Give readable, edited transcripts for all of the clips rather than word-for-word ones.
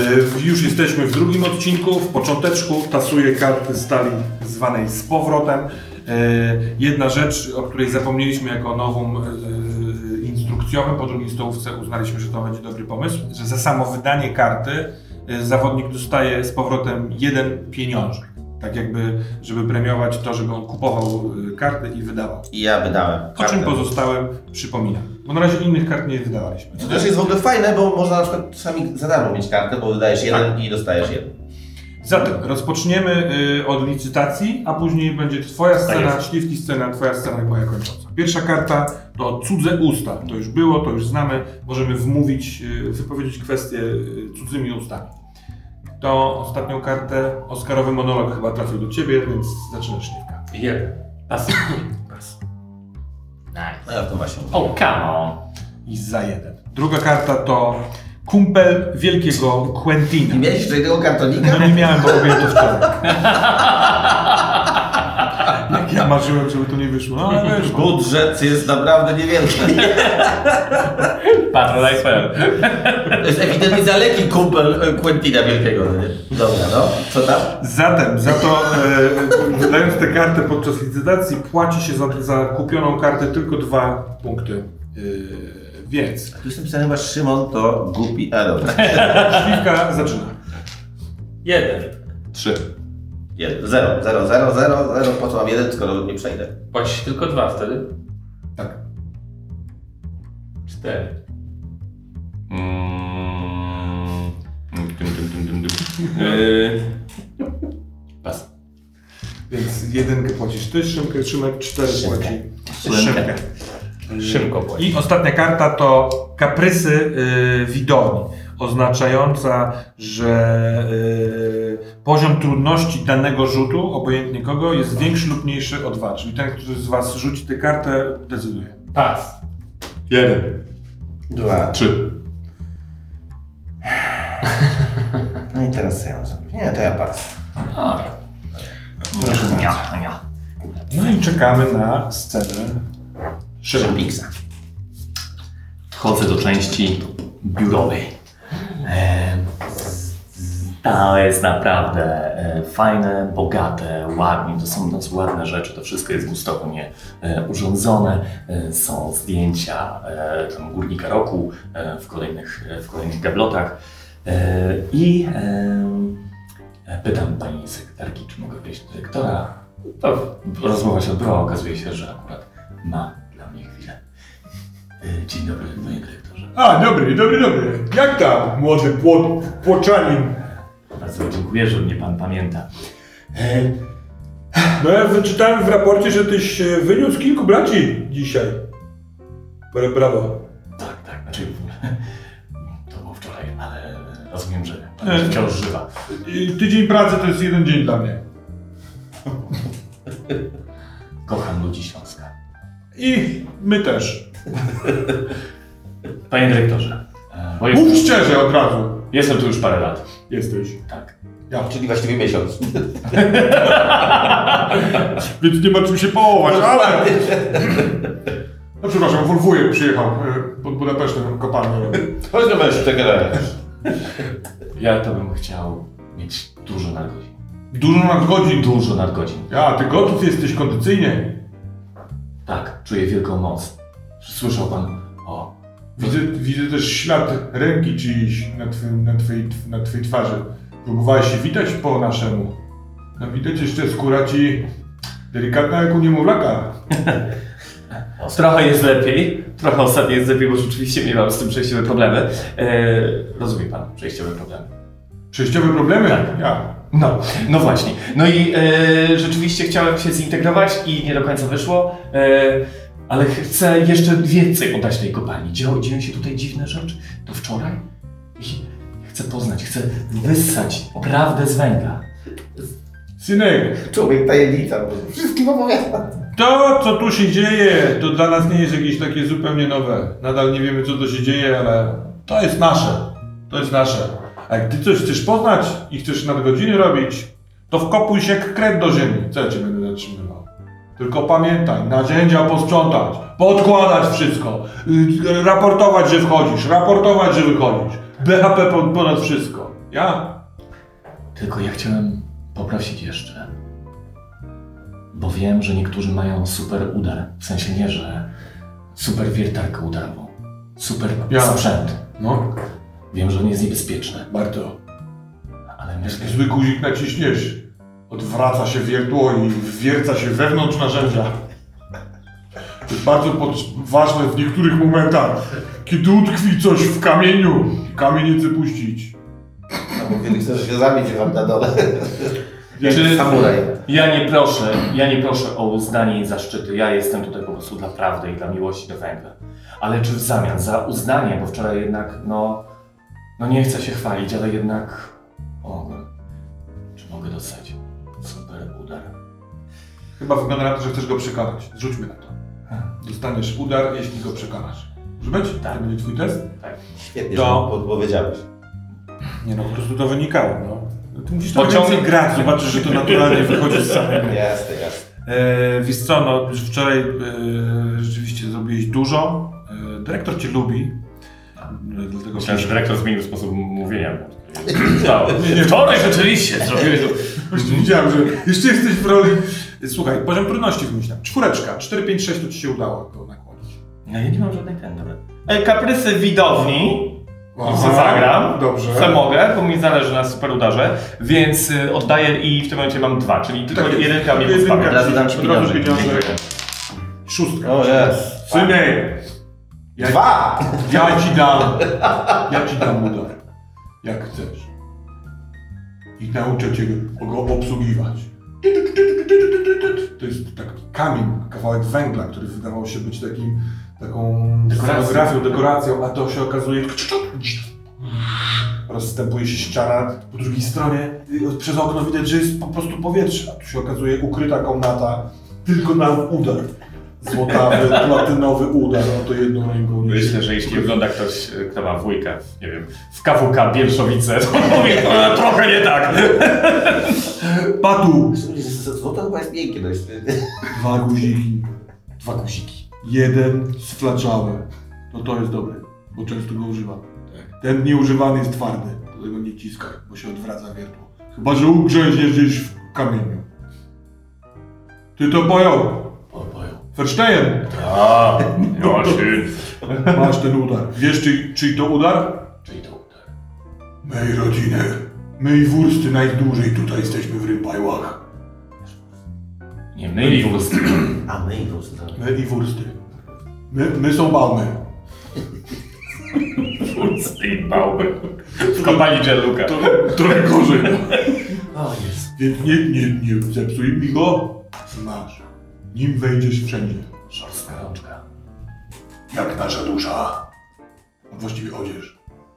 Już jesteśmy w drugim odcinku. W począteczku tasuję karty stali zwanej z powrotem. Jedna rzecz, o której zapomnieliśmy jako nową instrukcjową, po drugiej stołówce uznaliśmy, że to będzie dobry pomysł, że za samo wydanie karty zawodnik dostaje z powrotem jeden pieniążek. Tak jakby, żeby premiować to, żeby on kupował karty i wydawał. I ja wydałem kartę. O czym pozostałym przypominam. Bo na razie innych kart nie wydawaliśmy. To też jest w ogóle fajne, bo można na przykład czasami za darmo mieć kartę, bo wydajesz jeden i dostajesz jeden. Zatem rozpoczniemy od licytacji, a później będzie twoja scena, śliwki scena, twoja scena i moja kończąca. Pierwsza karta to cudze usta. To już było, to już znamy. Możemy wypowiedzieć kwestię cudzymi ustami. To ostatnią kartę, Oscarowy monolog chyba trafił do ciebie, więc zaczynasz, Śliwka. Jeden. Pas. No ja w tym właśnie. Oh, come on. I za jeden. Druga karta to kumpel wielkiego Quentina. Nie miałeś tutaj tego kartonika? No nie miałem, bo robiłem to wczoraj. Jak ja marzyłem, żeby to nie wyszło. No ale wiesz, Budżet jest naprawdę niewielki. Patrol Eiffel. To jest ewidentnie daleki kumpel Quentina Wielkiego. Dobra, no. Co tam? Zatem, za to wydając tę kartę podczas licytacji płaci się za kupioną kartę tylko 2 punkty. Więc. Tu jest napisane chyba Szymon to głupi Aaron. Śliwka zaczyna. 1. 3. 0, 0, 0, 0, 0. Po co mam 1, skoro nie przejdę? Płacisz tylko 2 wtedy? Tak. 4. Pas. Więc 1 płacisz ty, Szymek 4 płaci Szymkę. Szymko płaci. I ostatnia karta to kaprysy widowni, oznaczająca, że poziom trudności danego rzutu, obojętnie kogo, jest większy lub mniejszy o 2. Czyli ten, który z was rzuci tę kartę, decyduje. Pas. 1. 2. 3. No i teraz co ja mam zrobić? Nie, to ja pas. Proszę bardzo. No i czekamy na scenę Szympiksa. Wchodzę do części biurowej. To jest naprawdę fajne, bogate, ładnie. To są ładne rzeczy. To wszystko jest gustownie urządzone. Są zdjęcia tam górnika roku w kolejnych gablotach. I pytam pani sekretarki, czy mogę wejść do dyrektora. To rozmowa się odbyła. Okazuje się, że akurat ma dla mnie chwilę. Dzień dobry, panie dyrektorze. A, dobry. Jak tam, młody płoczanin? Bardzo dziękuję, że mnie pan pamięta. No ja wyczytałem w raporcie, że tyś wyniósł kilku braci dzisiaj. Brawo. Tak, znaczy to było wczoraj, ale rozumiem, że pan jest wciąż żywa. Tydzień pracy to jest 1 dzień dla mnie. Kocham ludzi Śląska. I my też. Panie dyrektorze, bo Mów szczerze od razu. jestem tu już parę lat. Jesteś. Tak. Ja. Czyli właściwie miesiąc. Więc nie ma czym się połować, ale... No przepraszam, Wolwuje przyjechał pod Budapesztem kopalnię. Chodź do mężczyzn, czekaj. Ja to bym chciał mieć dużo nadgodzin. Dużo nadgodzin. Ja, ty gotów jesteś kondycyjnie. Tak, czuję wielką moc. Słyszał pan o... Widzę też ślad ręki czyjś na twojej twarzy. Próbowałeś się witać po naszemu. No widać jeszcze skóra ci delikatna jak u niemowlaka. Trochę jest lepiej. Trochę ostatnio jest lepiej, bo rzeczywiście miewam z tym przejściowe problemy. Rozumie pan przejściowe problemy. Przejściowe problemy? Tak. Ja. No właśnie. No i rzeczywiście chciałem się zintegrować i nie do końca wyszło. Ale chcę jeszcze więcej oddać tej kopalni. Dzieją się tutaj dziwne rzeczy. To wczoraj. I chcę poznać, chcę wyssać prawdę z węgla. Synek, Człowiek tajemnica, wszystkim opowiada. to co tu się dzieje, to dla nas nie jest jakieś takie zupełnie nowe. Nadal nie wiemy co to się dzieje, ale to jest nasze. To jest nasze. A jak ty coś chcesz poznać i chcesz nadgodziny robić, to wkopuj się jak kret do ziemi. Co ja cię będę zatrzymywał? Tylko pamiętaj, narzędzia posprzątać, podkładać wszystko, raportować, że wchodzisz, raportować, że wychodzisz. BHP ponad wszystko. Ja? Tylko ja chciałem poprosić jeszcze, bo wiem, że niektórzy mają super udar. W sensie nie, że super wiertarkę udarową. Super sprzęt. No, Wiem, że on jest niebezpieczny, bardzo. ale myślę, Zły guzik naciśniesz. Odwraca się wiertło i wwierca się wewnątrz narzędzia. To jest bardzo ważne w niektórych momentach, kiedy utkwi coś w kamieniu, kamień nie chce puścić. Albo kiedy chcesz się zabić wam na dole. Czy- Samuraj. Ja nie proszę o uznanie i zaszczyty. Ja jestem tutaj po prostu dla prawdy i dla miłości do węgla. Ale czy w zamian za uznanie, bo wczoraj jednak, no nie chcę się chwalić, ale jednak pomogłem. Czy mogę dostać super udar? Chyba wygląda na to, że chcesz go przekonać. Zrzućmy na to. Dostaniesz udar, jeśli go przekonasz. Może być? Tak. To będzie twój test? Świetnie, To- że podpowiedziałeś. Nie no, po prostu to wynikało, no. Ty musisz to Pociąg- więcej grać, zobaczysz, że to naturalnie wychodzi z samego. Jasne. Wiesz co, no już wczoraj rzeczywiście zrobiłeś dużo. Dyrektor cię lubi. Dlatego Myślałem, że dyrektor zmienił sposób mówienia. Wczoraj rzeczywiście zrobiłeś to. Właśnie widziałem, że jeszcze jesteś w roli. Słuchaj, poziom trudności wymyślam. 4, 4, 5, 6 to ci się udało go nakłonić. No ja nie mam żadnej ten, dobra. Kaprysy widowni. Aha, Se zagram. dobrze. Se mogę, bo mi zależy na super udarze, więc oddaję i w tym momencie mam 2, czyli tylko Tak jest. jedynka mnie Jedynka. pozbawia. Od razu dam ci Od razu pieniądze. pieniądze. 6. O jest. Synek! 2! Ja ci dam udar. Jak chcesz. I nauczę cię go obsługiwać. To jest taki kamień, kawałek węgla, który wydawał się być taką dekoracją, a to się okazuje... Rozstępuje się ściana, po drugiej stronie przez okno widać, że jest po prostu powietrze, a tu się okazuje ukryta komnata tylko na udar. Złotawy, platynowy udar, no to jedną ręką nie Myślę, że jeśli ogląda ktoś, kto ma wujka, nie wiem, w KWK Bielszowice, to mówi, trochę nie tak. Patu! Złoto chyba jest miękkie dość. 2 guziki. 2 guziki. Jeden sflaczałem. No to jest dobre, bo często go używam. Ten nieużywany jest twardy, dlatego nie ciskaj, bo się odwraca wiertło. Chyba, że ugrzęźniesz gdzieś w kamieniu. Ty to pojął. Verstehen? A, ja się. Masz ten udar. Wiesz, czyj to udar? Czyli to udar. Mej rodziny. My wursty najdłużej tutaj jesteśmy w Rympajłach. Nie, myli wózki. A my i wóz. My i wursty. My są bałmy. Wózki i bały. W kopalni Gianluca. To trochę gorzej. O jest. Więc nie zepsuj mi go. Masz. Nim wejdziesz wszędzie. Szorstka rączka. Jak nasza dusza. A właściwie odzież.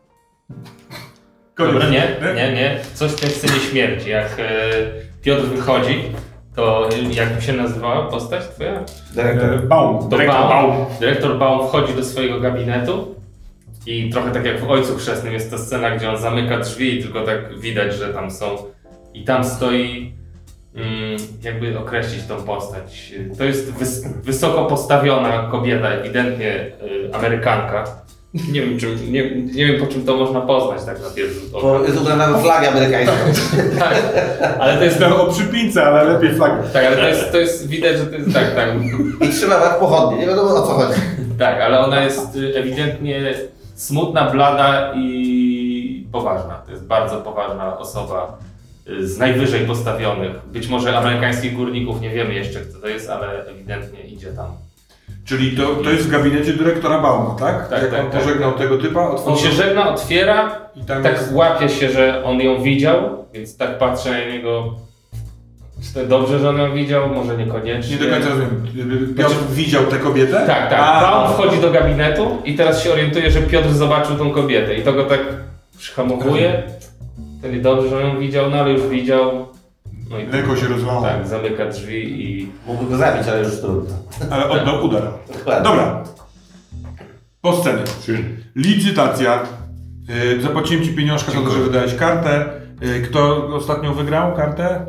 Dobra, nie. Coś w tej scenie śmierci. Jak Piotr wychodzi, to jak się nazywała postać twoja? Dyrektor. Baum. To Dyrektor Baum. Dyrektor Baum wchodzi do swojego gabinetu i trochę tak jak w Ojcu Chrzestnym jest ta scena, gdzie on zamyka drzwi i tylko tak widać, że tam są. I tam stoi, jakby określić tą postać. To jest wysoko postawiona kobieta, ewidentnie Amerykanka. Nie wiem po czym to można poznać tak na pierwszy rzut oka. To jest ubrana w flagę amerykańską. Tak, ale to jest O przypince, ale lepiej flagę. tak, ale to jest widać, że to jest tak. I trzyma was pochodnie. Nie wiadomo o co chodzi. Tak, ale ona jest ewidentnie smutna, blada i poważna. To jest bardzo poważna osoba z najwyżej postawionych. Być może amerykańskich górników, nie wiemy jeszcze kto to jest, ale ewidentnie idzie tam. Czyli to jest w gabinecie dyrektora Bauma, tak? Tak, Jak tak, on tak, pożegnał tak. tego typa, On otworzył się żegna, otwiera, i tam tak jest... łapie się, że on ją widział, więc tak patrzę na niego. Czy to dobrze, że on ją widział? Może niekoniecznie. Nie do końca rozumiem. Piotr widział tę kobietę? Tak. Baum wchodzi do gabinetu i teraz się orientuje, że Piotr zobaczył tą kobietę i to go tak przyhamowuje. To niedobrze, że on ją widział, no ale już widział. No i Lekko się rozłało. tak, zamyka drzwi i... Mógłby go zabić, ale już trudno. Ale oddał udar. Dokładnie. Dobra. Po scenie. Licytacja. Zapłaciłem ci pieniążka za to, że wydałeś kartę. Kto ostatnio wygrał kartę?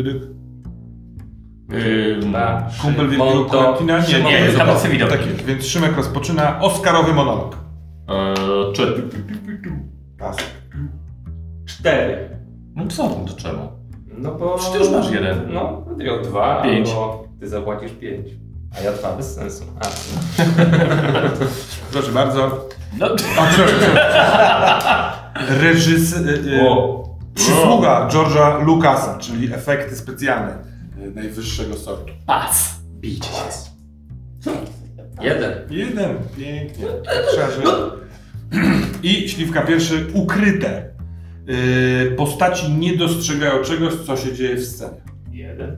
Kumpel Wielkiego Monto. Quentina? Nie, tablice widoków. Tak jest, więc Szymek rozpoczyna Oscarowy monolog. Pas. 4. No co tam, to czemu? No bo... Czy ty już masz 1? No, ty miał 2, 5. albo ty zapłacisz 5. A ja 2, bez sensu. Proszę bardzo. No. Przysługa George'a Lucasa, czyli efekty specjalne najwyższego sortu. Pas. Bijcie się. 1. 1, pięknie. I śliwka pierwszy, ukryte. Postaci nie dostrzegają czegoś, co się dzieje w scenie. 1.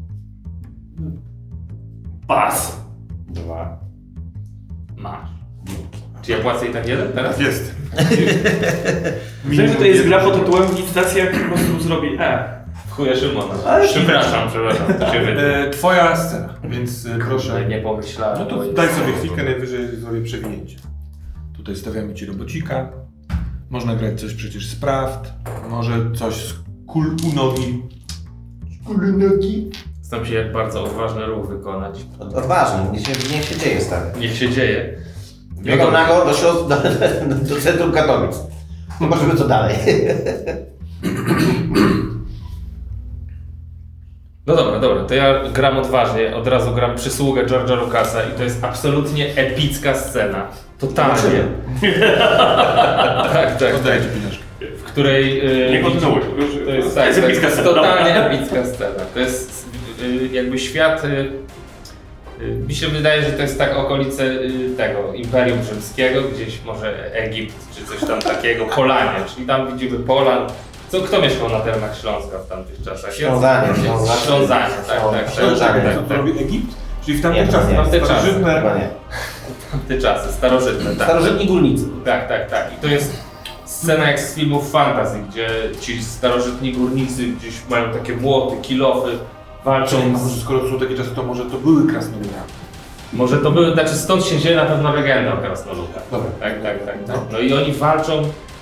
Pas. 2. Masz. Czy ja płacę i tak 1 teraz? Jest. Myślę, że to jest gra pod tytułem licytacja, jak po prostu zrobi W chuja Szymona. Ale- Przepraszam, to się wytnie. Twoja scena, więc proszę. Nie pomyślałem. No to daj sobie chwilkę, najwyżej zrobię przewinięcie. Tutaj stawiamy ci robocika. Można grać coś przecież z prawd. Może coś z kul u nogi. Staram się jak bardzo odważny ruch wykonać. Odważny, niech się dzieje, stary. Niech się dzieje. Biegam nago do centrum Katowic. Zobaczymy co dalej. No dobra, to ja gram odważnie, od razu gram przysługę George'a Lucasa i to jest absolutnie epicka scena. Totalnie. tak. Oddaję ci pieniążki. W której... Nie kontynuuj. To jest, To jest epicka scena. totalnie epicka scena. To jest jakby świat... Mi się wydaje, że to jest tak okolice tego Imperium Rzymskiego, gdzieś może Egipt czy coś tam takiego, Polanie, czyli tam widzimy Polan. Kto mieszkał na terenach Śląska w tamtych czasach? Ślązanie, Co to robi Egipt? Czyli w tamtych Nie, czasach, nie, tamte czasy, starożytne. Chyba nie. Tamte czasy, starożytne, tak. Starożytni górnicy. Tak. I to jest scena jak z filmów fantasy, gdzie ci starożytni górnicy gdzieś mają takie młoty, kilofy, walczą A może skoro są takie czasy, to może to były krasnoludy. Może to były, znaczy stąd się dzieje na pewno legenda o krasnoludach. Dobra. Tak. No i oni walczą,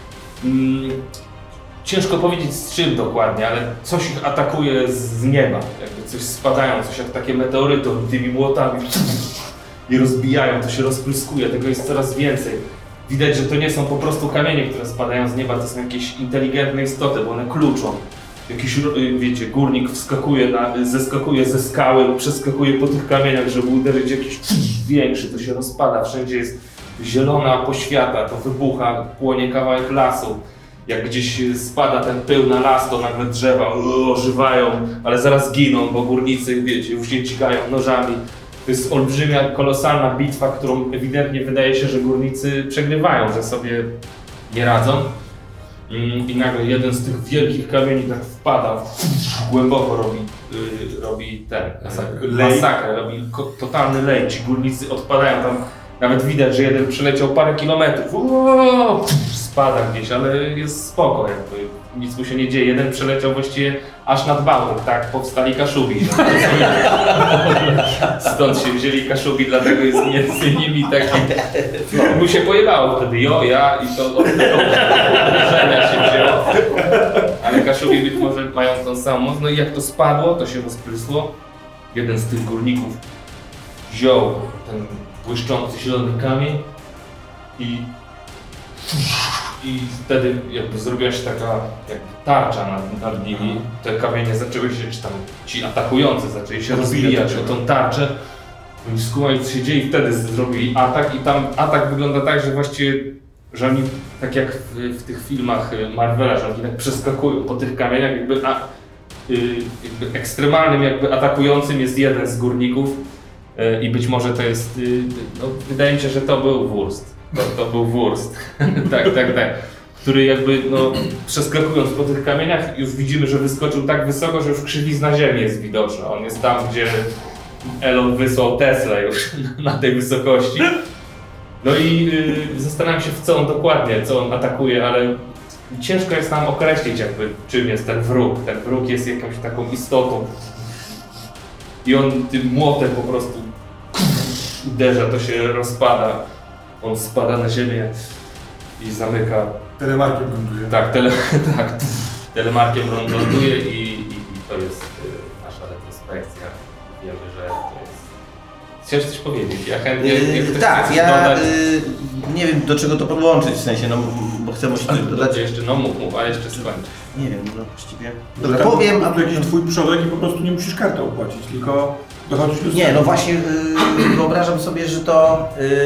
ciężko powiedzieć z czym dokładnie, ale coś ich atakuje z nieba. Jakby coś spadają, coś jak takie meteoryty tymi młotami i rozbijają, to się rozpryskuje, tego jest coraz więcej. Widać, że to nie są po prostu kamienie, które spadają z nieba, to są jakieś inteligentne istoty, bo one kluczą. Jakiś, wiecie, górnik zeskakuje ze skały, przeskakuje po tych kamieniach, żeby uderzyć jakiś większy, to się rozpada, wszędzie jest zielona poświata, to wybucha, płonie kawałek lasu. Jak gdzieś spada ten pył na las, to nagle drzewa ożywają, ale zaraz giną, bo górnicy, wiecie, już się dźgają nożami. To jest olbrzymia, kolosalna bitwa, którą ewidentnie wydaje się, że górnicy przegrywają, że sobie nie radzą. I nagle jeden z tych wielkich kamieni tak wpada, głęboko robi ten masakrę, robi totalny lej. Ci górnicy odpadają tam, nawet widać, że jeden przeleciał parę kilometrów, spada gdzieś, ale jest spoko, jakby nic mu się nie dzieje. Jeden przeleciał właściwie aż nad Bałtyk, tak, powstali Kaszubi. Stąd się wzięli Kaszubi, dlatego jest między nimi taki... Mu się pojebało wtedy, ja i to od tego uderzenia się wzięło. Ale Kaszubi być może mają tą samą moc. No i jak to spadło, to się rozprysło. Jeden z tych górników wziął ten błyszczący zielony kamień i wtedy jakby zrobiła się taka jakby tarcza nad nimi. Te kamienie zaczęły się, czy tam ci atakujący zaczęli się rozbijać o tą tarczę. Oni skumali, co się dzieje i wtedy zrobili atak i tam atak wygląda tak, że właściwie, że oni tak jak w tych filmach Marvela, że oni tak przeskakują po tych kamieniach, jakby ekstremalnym jakby atakującym jest jeden z górników i być może to jest, no, wydaje mi się, że to był Wurst. To był Wurst, tak, który jakby, no, przeskakując po tych kamieniach już widzimy, że wyskoczył tak wysoko, że już krzywizna ziemi jest widoczna. On jest tam, gdzie Elon wysłał Tesla już na tej wysokości. No i zastanawiam się, w co on dokładnie, co on atakuje, ale ciężko jest nam określić jakby, czym jest ten wróg. Ten wróg jest jakąś taką istotą i on tym młotem po prostu uderza, to się rozpada. On spada na ziemię i zamyka. Telemarkiem ląduje. Tak, telemarkiem ląduje i to jest nasza retrospekcja. Wiemy, że to jest Chciałeś coś powiedzieć? Ja chętnie, jak ktoś Tak, chce coś ja dodać, nie wiem do czego to podłączyć, w sensie, no bo chcę mu się coś dodać. jeszcze, no mów, a jeszcze skończ. Nie wiem, no właściwie. Dobra, Dobra, powiem, a tu jakiś twój przodek i po prostu nie musisz kartę opłacić, tylko dochodzisz do nie, no właśnie wyobrażam sobie, że to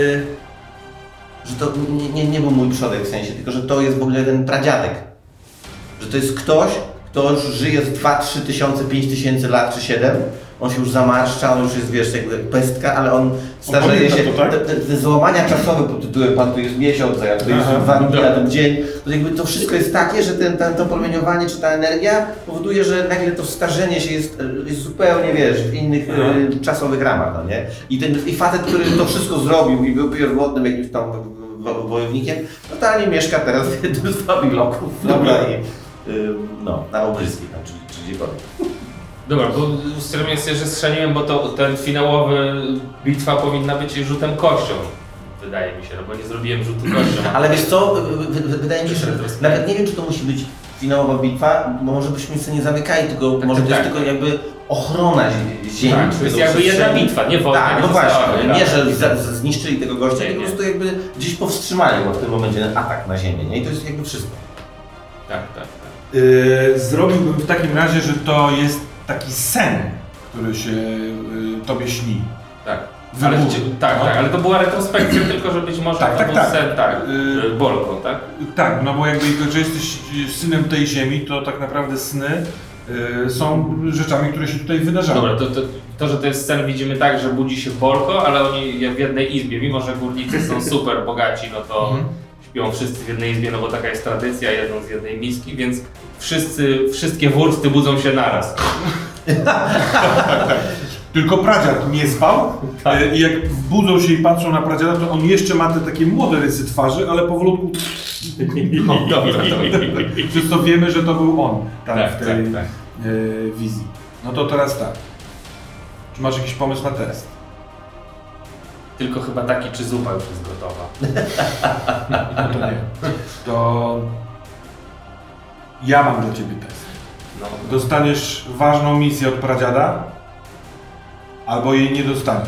nie był mój przodek w sensie, tylko że to jest w ogóle ten pradziadek. Że to jest ktoś, kto już żyje z 2-3 tysiące, 5 tysięcy lat czy 7. On się już zamarszcza, on już jest, wiesz, jakby pestka, ale on starzeje się. to, tak? Te załamania czasowe pod tytułem pan tu jest miesiąc, a ja tu jest 2 dni, a ten dzień. To jakby to wszystko jest takie, że to promieniowanie czy ta energia powoduje, że nagle to starzenie się jest zupełnie, wiesz, w innych czasowych ramach, no nie? I facet, który to wszystko zrobił i był pierwotnym jakimś tam wojownikiem, totalnie mieszka teraz w jednym z bloków. Dobra, i na Obryskie tam, czy gdziekolwiek. Dobra, bo strasznie jest, że strzeliłem, bo ten finałowy bitwa powinna być rzutem kością. Wydaje mi się, no bo nie zrobiłem rzutu kością. Ale wiesz co, wydaje mi się, że nawet nie wiem, czy to musi być finałowa bitwa, bo może byśmy się nie zamykali, tylko Tak, może to tak. jest tylko jakby ochrona ziemi. Tak, to jest jakby jedna bitwa, nie wojna. Tak, nie no została właśnie, wygrana. nie, że zniszczyli tego gościa, Nie, tylko po nie. prostu jakby gdzieś powstrzymali go w tym momencie ten atak na ziemię, nie? I to jest jakby wszystko. Tak, tak. Zrobiłbym w takim razie, że to jest taki sen, który się tobie śni. Tak. Wybuch. Tak, No. ale to była retrospekcja, tylko że być może Tak, to tak, był tak. sen, tak, Bolko, tak? Tak, no bo jakby że jesteś synem tej ziemi, to tak naprawdę sny są rzeczami, które się tutaj wydarzają. Dobra, to, że to jest sen widzimy tak, że budzi się Bolko, ale oni w jednej izbie, mimo że górnicy są super bogaci, no to śpią wszyscy w jednej izbie, no bo taka jest tradycja, jedzą z jednej miski, więc wszystkie wursty budzą się naraz. Tylko pradziad nie spał i jak budzą się i patrzą na pradziada, to on jeszcze ma te takie młode rysy twarzy, ale powolutku... No, dobra. Przez to wiemy, że to był on tam Tak, w tej tak. wizji. No to teraz tak. Czy masz jakiś pomysł na test? Tylko chyba taki, czy zupa już jest gotowa. No to nie. To ja mam dla ciebie test. No, Dostaniesz ważną misję od pradziada, albo jej nie dostaniesz.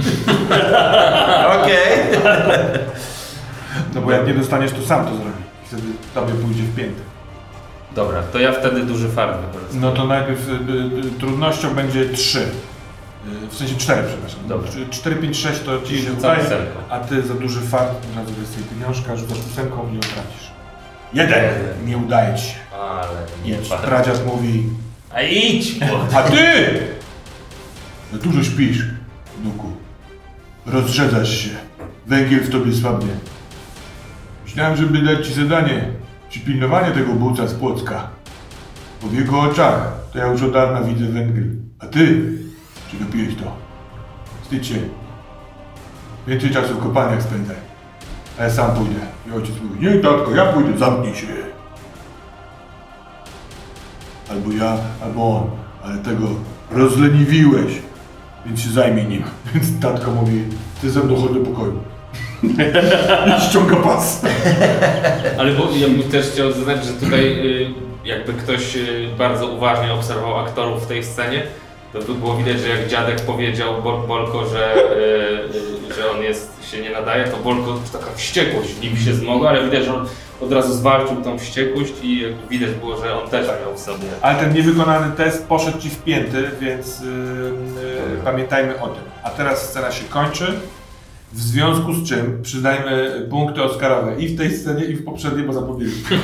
Okej. No bo jak nie dostaniesz, to sam to zrobi. I wtedy tobie pójdzie w piętę. dobra, to ja wtedy duży fart wykorzystam. No to najpierw trudnością będzie 3. W sensie 4, przepraszam. Dobra. 4, 5, 6 to ci się Rzucam udaje, ósemką. a ty za duży fart, od razu weź sobie pieniążka, rzucasz 8 i nie tracisz. 1! Nie udaje ci się. Ale I nie fart. pradziad mówi: A idź! a ty! Za dużo śpisz, wnuku. Rozrzedzasz się. Węgiel w tobie słabnie. Myślałem, żeby dać ci zadanie. Przypilnowanie tego bułca z Płocka. Bo w jego oczach to ja już od dawna widzę węgiel. A ty przegapiłeś to. Wstydź się. Więcej czasu w kopalniach spędzaj. A ja sam pójdę. I ojciec mówi: nie tatko, ja pójdę, zamknij się. Albo ja, albo on. Ale tego rozleniwiłeś. Więc się zajmij nim. Więc tatko mówi: ty ze mną chodź do pokoju. I ściąga pas. Ale bo ja bym też chciał zaznaczyć, że tutaj jakby ktoś bardzo uważnie obserwował aktorów w tej scenie, to by było widać, że jak dziadek powiedział Bolko, że on się nie nadaje, to Bolko taka wściekłość w nim się zmogła, ale widać, że on od razu zwalczył tą wściekłość i jakby widać było, że on też miał w sobie. Ale ten niewykonany test poszedł ci w pięty, więc pamiętajmy o tym. A teraz scena się kończy. W związku z czym przyznajmy punkty Oscarowe i w tej scenie, i w poprzedniej, bo zapomnieliśmy.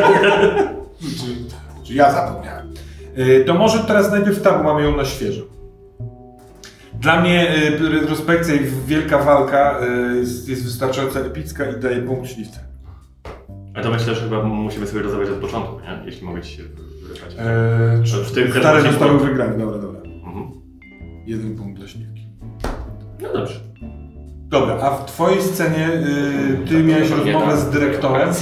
Czy ja zapomniałem. To może teraz najpierw ta, bo mamy ją na świeżo. Dla mnie retrospekcja i wielka walka jest wystarczająco epicka i daje punkt śliwce. A to myślę, że chyba musimy sobie rozmawiać od początku, nie? Jeśli mogę ci się wybrać. W tym Stare kredycie zostały było- wygrane, dobra. Mhm. 1 punkt dla śliwki. No dobrze. Dobra, a w twojej scenie ty miałeś rozmowę z dyrektorem.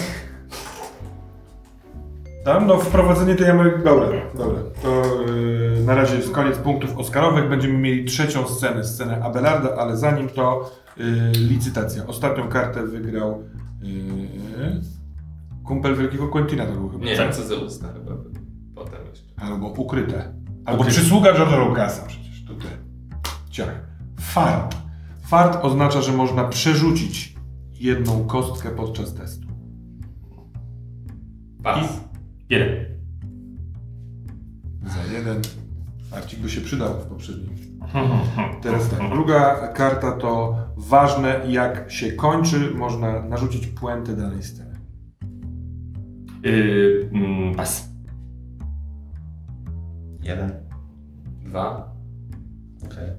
Tam, no wprowadzenie tej Ameryki. Dobra. To na razie jest koniec punktów Oscarowych. Będziemy mieli trzecią scenę Abelarda, ale zanim to licytacja. Ostatnią kartę wygrał kumpel wielkiego Quentina, to był chyba. Nie, Tak. co za usta chyba potem jeszcze. Albo ukryte. Albo przysługa George'a Lucasa przecież, to ty. Ciach. Fart. Fart oznacza, że można przerzucić jedną kostkę podczas testu. Pas. 1. Za 1. Farcik by się przydał w poprzednim. Teraz tak, druga karta to ważne, jak się kończy, można narzucić puentę danej sceny. Pas. 1. 2. Okej.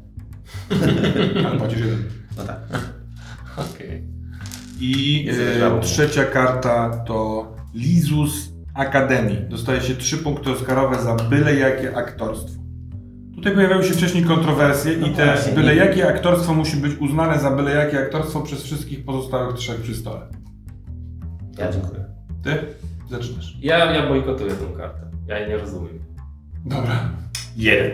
Ale płacisz 1. No tak. Okej. I trzecia karta to Lizus Akademii. Dostaje się 3 punkty Oscarowe za byle jakie aktorstwo. Tutaj pojawiały się wcześniej kontrowersje i te właśnie, byle nie. jakie aktorstwo musi być uznane za byle jakie aktorstwo przez wszystkich pozostałych 3 przy stole. Ja dziękuję. Ty? Zaczynasz. Ja bojkotuję tą kartę. Ja jej nie rozumiem. Dobra. 1.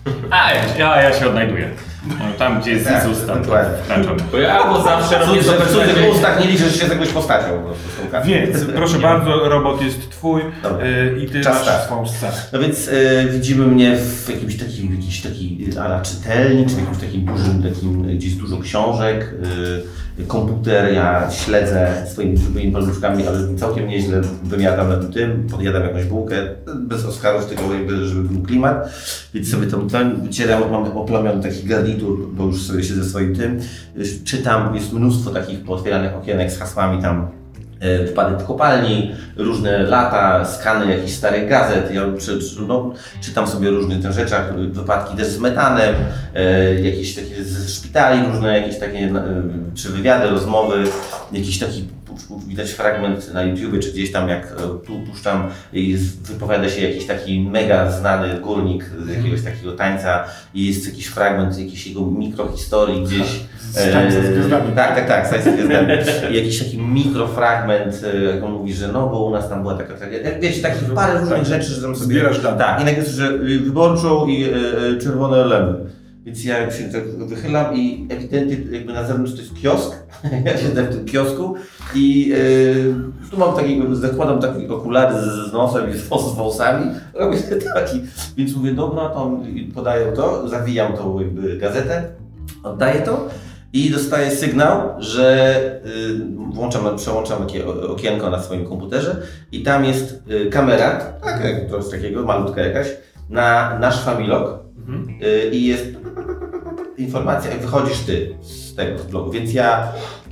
Ja się odnajduję. No, tam gdzie jest Tak, Jezus, tam dokładnie. wkraczam. Bo ja bo zawsze robię Że w cudzych zapewne... ustach nie liczysz się z jakąś postacią po prostu z tą kartą. Więc proszę bardzo, robot jest twój Dobra. i ty Czas masz start. swoją scenę. No więc widzimy mnie w jakiejś takiej ala czytelni, czy w jakimś takim dużym, gdzie jest dużo książek, komputer, ja śledzę swoimi paluszkami, ale całkiem nieźle wymiatam na tym, podjadam jakąś bułkę, bez Oscarów, tylko jakby, żeby był klimat, więc sobie tam wycieram, mam oplamiony taki garnitur, bo już sobie siedzę swoim tym, czytam, jest mnóstwo takich pootwieranych okienek z hasłami tam, wypadek w kopalni, różne lata, skany jakichś starych gazet. Ja czytam sobie o różnych tych rzeczach, wypadki też z metanem, jakieś takie ze szpitali różne, jakieś takie czy wywiady, rozmowy, jakiś taki widać fragment na YouTubie, czy gdzieś tam jak tu puszczam i wypowiada się jakiś taki mega znany górnik z jakiegoś takiego tańca i jest jakiś fragment jakiejś jego mikrohistorii gdzieś. Z tańca z gwiazdami. Tak, tańca z gwiazdami. I jakiś taki mikrofragment, jak on mówi, że no bo u nas tam była taka tragedia. Wiecie, takich parę różnych rzeczy, że tam sobie... Zbierasz dane. Tak, i nagle jest, że wyborczą i czerwone elemy. Więc ja się tak wychylam i ewidentnie jakby na zewnątrz to jest kiosk. Ja siedzę w tym kiosku i tu mam takiego, zakładam takie okulary z nosem i z włosami. Robię taki, więc mówię, dobra, to podaję to, zawijam tą jakby gazetę, oddaję to i dostaję sygnał, że przełączam takie okienko na swoim komputerze i tam jest kamera, tak jak to jest takiego, malutka jakaś, na nasz Familog. I jest informacja, jak wychodzisz ty z tego blogu, więc ja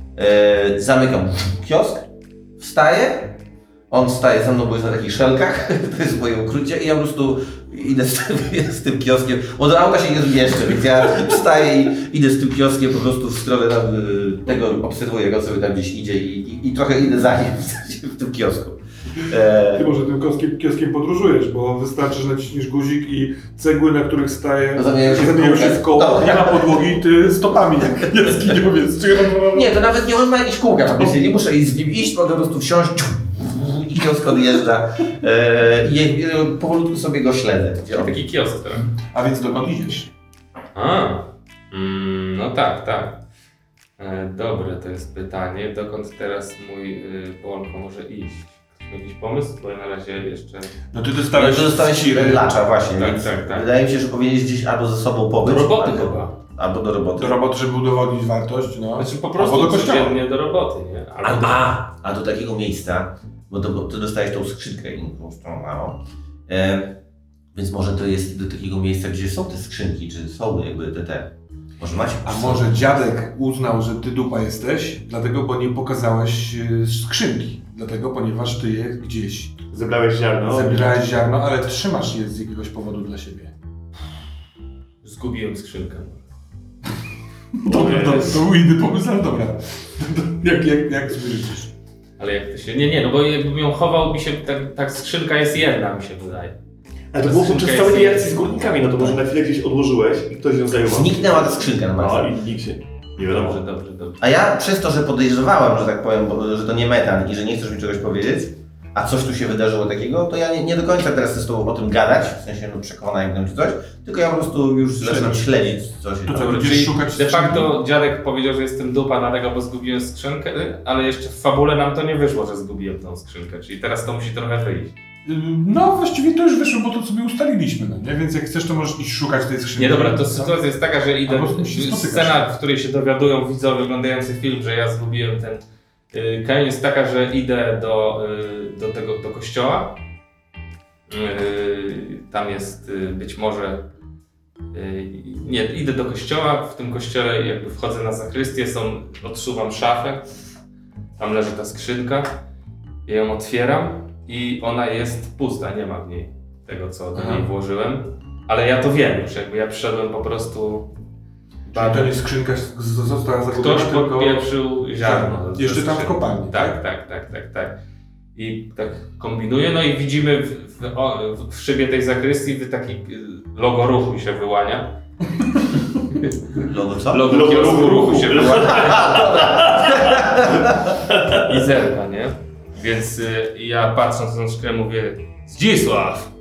zamykam kiosk, wstaję, on wstaje za mną, bo jest na takich szelkach, to jest moje ukrycie i ja po prostu idę z tym kioskiem, od auta się nie zmieszczę, więc ja wstaję i idę z tym kioskiem po prostu w stronę tego, obserwuję go, sobie tam gdzieś idzie i trochę idę za nim w tym kiosku. Ty może tym kioskiem podróżujesz, bo wystarczy, że naciśniesz guzik i cegły, na których staje, No zamieniają się się w koło, No. nie ma podłogi i ty stopami jak jaskiniowiec. Nie, to nawet nie on ma jakieś kółka, faktycznie nie muszę z nim iść, mogę po prostu wsiąść i kiosk odjeżdża i powolutku sobie go śledzę. Taki kiosk, tak? A więc dokąd idziesz? No tak. Dobre to jest pytanie. Dokąd teraz mój Polko może iść? Ktoś ma jakiś pomysł? Bo ja na razie jeszcze... No ty dostałeś lacza właśnie, Tak, więc tak. wydaje mi się, że powinieneś gdzieś albo ze sobą pobyć. Do roboty albo, chyba. Albo do roboty. do roboty, żeby udowodnić wartość, no. Znaczy po Albo prostu do kościoła. codziennie do roboty, nie? A do takiego miejsca, bo ty dostajesz tą skrzynkę tą małą, więc może to jest do takiego miejsca, gdzie są te skrzynki, czy są jakby te. Może macie? A może dziadek uznał, że ty dupa jesteś, dlatego, bo nie pokazałeś skrzynki. Dlatego, ponieważ ty je gdzieś Zebrałeś ziarno. zabierałeś ziarno, ale trzymasz je z jakiegoś powodu dla siebie. Zgubiłem skrzynkę. Dobra, to był inny pomysł, ale dobra. Jak sobie życzysz? Ale jak to się... Nie, no bo jakbym ją chował, mi się tak skrzynka jest jedna, mi się wydaje. Ale to było podczas całej tej akcji z górnikami, no to może na chwilę gdzieś odłożyłeś i ktoś ją zajmował. Zniknęła ta skrzynka na maksa. No i nikt się nie wiadomo. Dobrze. A ja przez to, że podejrzewałem, że tak powiem, że to nie metan i że nie chcesz mi czegoś powiedzieć, a coś tu się wydarzyło takiego, to ja nie do końca teraz chcę z tobą o tym gadać, w sensie przekonaj czy coś, tylko ja po prostu już zaczynam śledzić, co się To co, tam. będziesz Czyli szukać de facto skrzynki? dziadek powiedział, że jestem dupa na tego, bo zgubiłem skrzynkę, ale jeszcze w fabule nam to nie wyszło, że zgubiłem tą skrzynkę, czyli teraz to musi trochę wyjść. No właściwie to już wyszło, bo to sobie ustaliliśmy, no nie? Więc jak chcesz, to możesz iść szukać tej skrzynki. Nie, dobra, to sytuacja jest taka, że idę, Albo się spotykasz. scena, w której się dowiadują widzowie oglądający film, że ja zgubiłem ten kamień, jest taka, że idę do kościoła. Tam jest być może... Nie, idę do kościoła, w tym kościele jakby wchodzę na zakrystię, odsuwam szafę, tam leży ta skrzynka, ja ją otwieram i ona jest pusta, nie ma w niej tego, co do niej włożyłem, ale ja to wiem już, jakby ja przyszedłem po prostu... Czyli to nie skrzynka została zagubiona, Ktoś tylko... podpieprzył ziarno. Jeszcze tam w kopalni. Tak. I tak kombinuję, no i widzimy w szybie tej zakrystii taki logo ruchu się wyłania. Logo co? Logo kiosku ruchu się wyłania. I zerka, nie? Więc ja patrząc na szklę mówię Zdzisław!